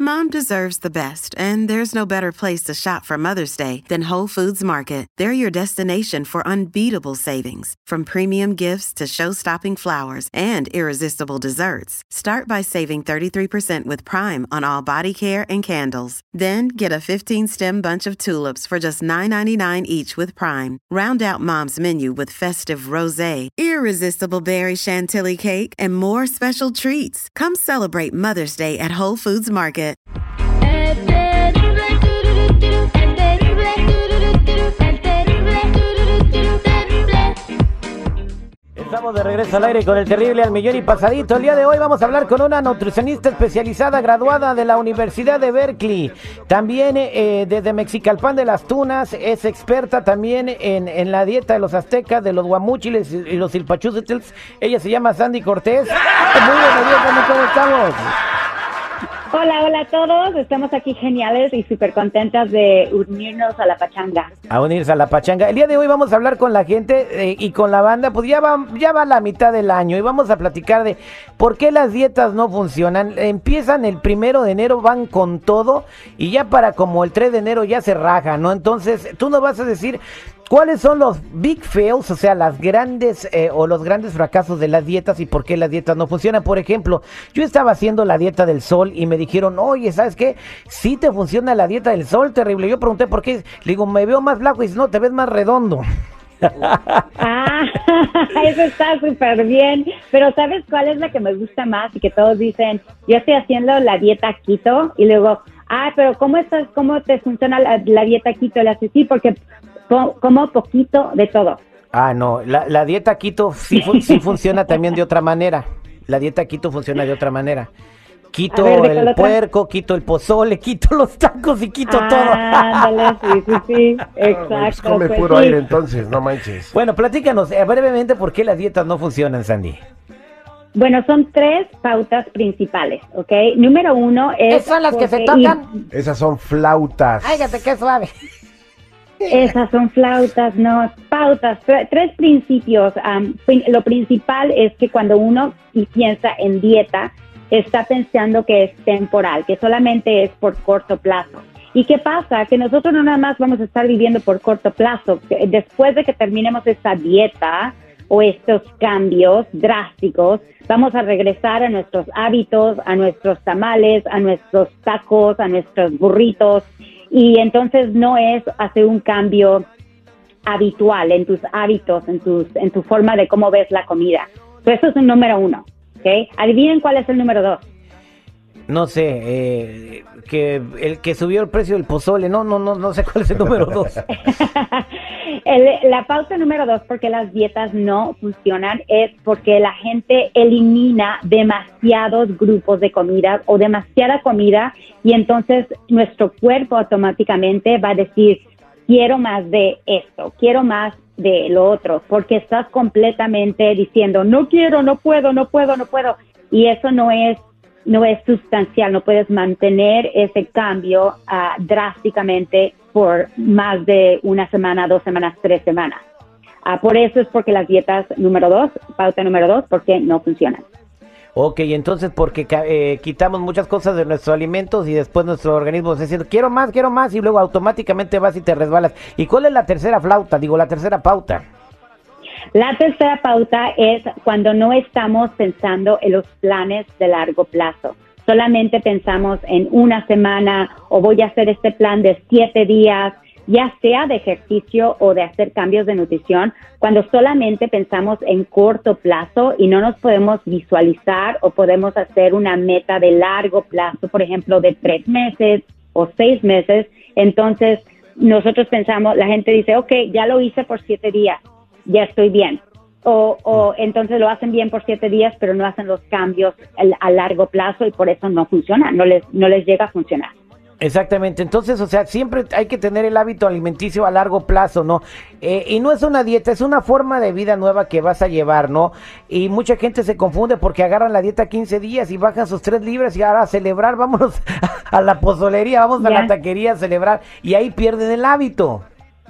Mom deserves the best, and there's no better place to shop for Mother's Day than Whole Foods Market. They're your destination for unbeatable savings, from premium gifts to show-stopping flowers and irresistible desserts. Start by saving 33% with Prime on all body care and candles. Then get a 15-stem bunch of tulips for just $9.99 each with Prime. Round out Mom's menu with festive rosé, irresistible berry chantilly cake, and more special treats. Come celebrate Mother's Day at Whole Foods Market. Estamos de regreso al aire con el terrible al millón y pasadito. El día de hoy vamos a hablar con una nutricionista especializada graduada de la Universidad de Berkeley. También desde Mexicalpan de las Tunas, es experta también en la dieta de los aztecas, de los guamúchiles y los silpachúcitls. Ella se llama Sandy Cortés. Muy buenos días, Sandy, ¿cómo estamos? Hola a todos, estamos aquí geniales y súper contentas de unirnos a la pachanga. A unirse a la pachanga. El día de hoy vamos a hablar con la gente y con la banda, pues ya va la mitad del año y vamos a platicar de por qué las dietas no funcionan. Empiezan el 1 de enero, van con todo y ya para como el 3 de enero ya se raja, ¿no? Entonces tú nos vas a decir ¿cuáles son los big fails, o sea, las grandes o los grandes fracasos de las dietas y por qué las dietas no funcionan? Por ejemplo, yo estaba haciendo la dieta del sol y me dijeron, oye, ¿sabes qué? Sí te funciona la dieta del sol, terrible. Yo pregunté por qué, le digo, me veo más flaco y dice, no, te ves más redondo. Eso está súper bien, pero ¿sabes cuál es la que me gusta más? Y que todos dicen, yo estoy haciendo la dieta keto y luego, pero ¿cómo te funciona la dieta keto? Le hace, sí, porque como poquito de todo. No, la dieta keto sí funciona también de otra manera. La dieta keto funciona de otra manera. Quito el puerco, quito el pozole, quito los tacos y quito todo. Ándale, sí, exacto. Pues come puro aire entonces, no manches. Bueno, platícanos brevemente por qué las dietas no funcionan, Sandy. Bueno, son 3 pautas principales, ¿ok? Número 1 es... ¿Esas son las que se tocan? Esas son flautas. Cállate, qué suave. Esas son flautas, no, pautas. 3 principios. Lo principal es que cuando uno piensa en dieta, está pensando que es temporal, que solamente es por corto plazo. ¿Y qué pasa? Que nosotros no nada más vamos a estar viviendo por corto plazo. Después de que terminemos esta dieta o estos cambios drásticos, vamos a regresar a nuestros hábitos, a nuestros tamales, a nuestros tacos, a nuestros burritos. Y entonces no es hacer un cambio habitual en tus hábitos, en tu forma de cómo ves la comida. Entonces, eso es un número 1, ¿ok? Adivinen cuál es el número 2. No sé, que el que subió el precio del pozole, no sé cuál es el número 2. La pauta número 2, porque las dietas no funcionan, es porque la gente elimina demasiados grupos de comida o demasiada comida y entonces nuestro cuerpo automáticamente va a decir, quiero más de esto, quiero más de lo otro, porque estás completamente diciendo, no quiero, no puedo, y eso no es sustancial, no puedes mantener ese cambio drásticamente por más de una semana, 2 semanas, 3 semanas. Por eso es porque las dietas pauta número 2, porque no funcionan. Ok, entonces porque quitamos muchas cosas de nuestros alimentos y después nuestro organismo está diciendo, quiero más, y luego automáticamente vas y te resbalas. ¿Y cuál es la tercera pauta? La tercera pauta es cuando no estamos pensando en los planes de largo plazo. Solamente pensamos en una semana o voy a hacer este plan de 7 días, ya sea de ejercicio o de hacer cambios de nutrición, cuando solamente pensamos en corto plazo y no nos podemos visualizar o podemos hacer una meta de largo plazo, por ejemplo, de 3 meses o 6 meses. Entonces, nosotros pensamos, la gente dice, ok, ya lo hice por 7 días. Ya estoy bien. O entonces lo hacen bien por 7 días, pero no hacen los cambios a largo plazo y por eso no funciona, no les llega a funcionar. Exactamente, entonces, o sea, siempre hay que tener el hábito alimenticio a largo plazo, ¿no? Y no es una dieta, es una forma de vida nueva que vas a llevar, ¿no? Y mucha gente se confunde porque agarran la dieta 15 días y bajan sus 3 libras y ahora a celebrar, vámonos a la pozolería, vamos a la taquería a celebrar y ahí pierden el hábito.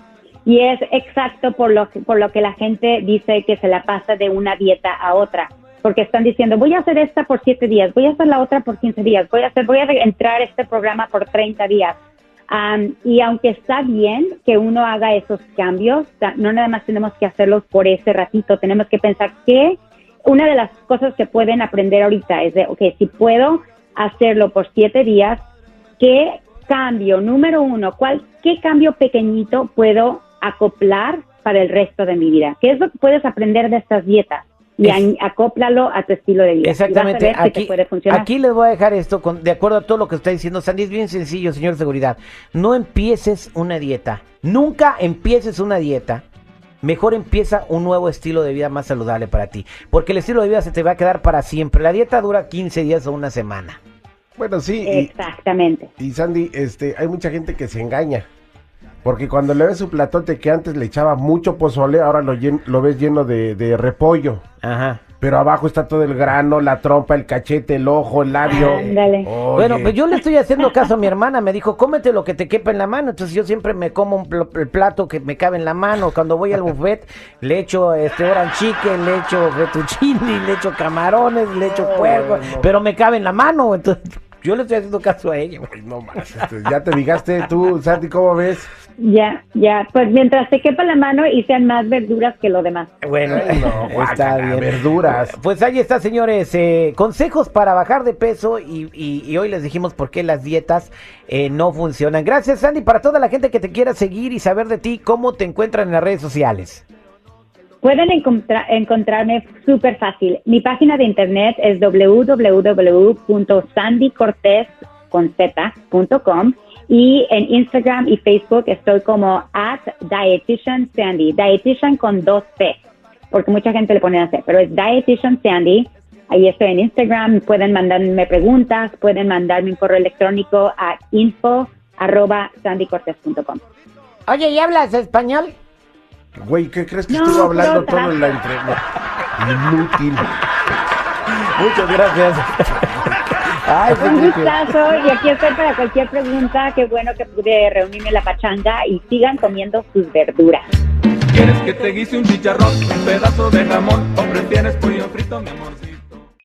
Y es exacto por lo que la gente dice que se la pasa de una dieta a otra. porque están diciendo, voy a hacer esta por 7 días, voy a hacer la otra por 15 días, voy a entrar a este programa por 30 días. Y aunque está bien que uno haga esos cambios, no nada más tenemos que hacerlos por ese ratito, tenemos que pensar que una de las cosas que pueden aprender ahorita es de, okay, si puedo hacerlo por 7 días, ¿qué cambio? Número uno, ¿qué cambio pequeñito puedo acoplar para el resto de mi vida? ¿Qué es lo que puedes aprender de estas dietas? Y acóplalo a tu estilo de vida. Exactamente. Y vas a ver que te puede funcionar. Aquí les voy a dejar esto, de acuerdo a todo lo que está diciendo Sandy. Es bien sencillo, señor Seguridad. No empieces una dieta. Nunca empieces una dieta. Mejor empieza un nuevo estilo de vida más saludable para ti. Porque el estilo de vida se te va a quedar para siempre. La dieta dura 15 días o una semana. Bueno, sí. Exactamente. Y Sandy, hay mucha gente que se engaña. Porque cuando le ves su platote que antes le echaba mucho pozole, ahora lo ves lleno de repollo. Ajá. Pero abajo está todo el grano, la trompa, el cachete, el ojo, el labio. Ándale. Bueno, pues yo le estoy haciendo caso a mi hermana. Me dijo, cómete lo que te quepa en la mano. Entonces yo siempre me como el plato que me cabe en la mano. Cuando voy al buffet, le echo orange chicken, le echo fettuccini, le echo camarones, le echo puerco. No. Pero me cabe en la mano. Entonces yo le estoy haciendo caso a ella. Ay, no más. Ya te fijaste tú, Sandy, ¿cómo ves? Ya, pues mientras te quepa la mano y sean más verduras que lo demás. Bueno, No, está guácala, bien. verduras. Pues ahí está, señores, consejos para bajar de peso y hoy les dijimos por qué las dietas no funcionan. Gracias, Sandy. Para toda la gente que te quiera seguir y saber de ti, ¿cómo te encuentran en las redes sociales? Pueden encontrarme súper fácil. Mi página de internet es www.sandycortez.com y en Instagram y Facebook estoy como @dietitiansandy, dietitian con 2 P, porque mucha gente le pone C, pero es Dietitian Sandy. Ahí estoy en Instagram, pueden mandarme preguntas, pueden mandarme un correo electrónico a info@sandycortez.com. Oye, ¿y hablas español? Güey, ¿qué crees que No, estuvo hablando pero todo en la entrevista? Inútil. Muchas gracias. Ay, Un gustazo y aquí estoy para cualquier pregunta. Qué bueno que pude reunirme en la pachanga y sigan comiendo sus verduras. ¿Quieres que te guise un chicharrón, un pedazo de jamón o prefieres pollo frito, mi amor?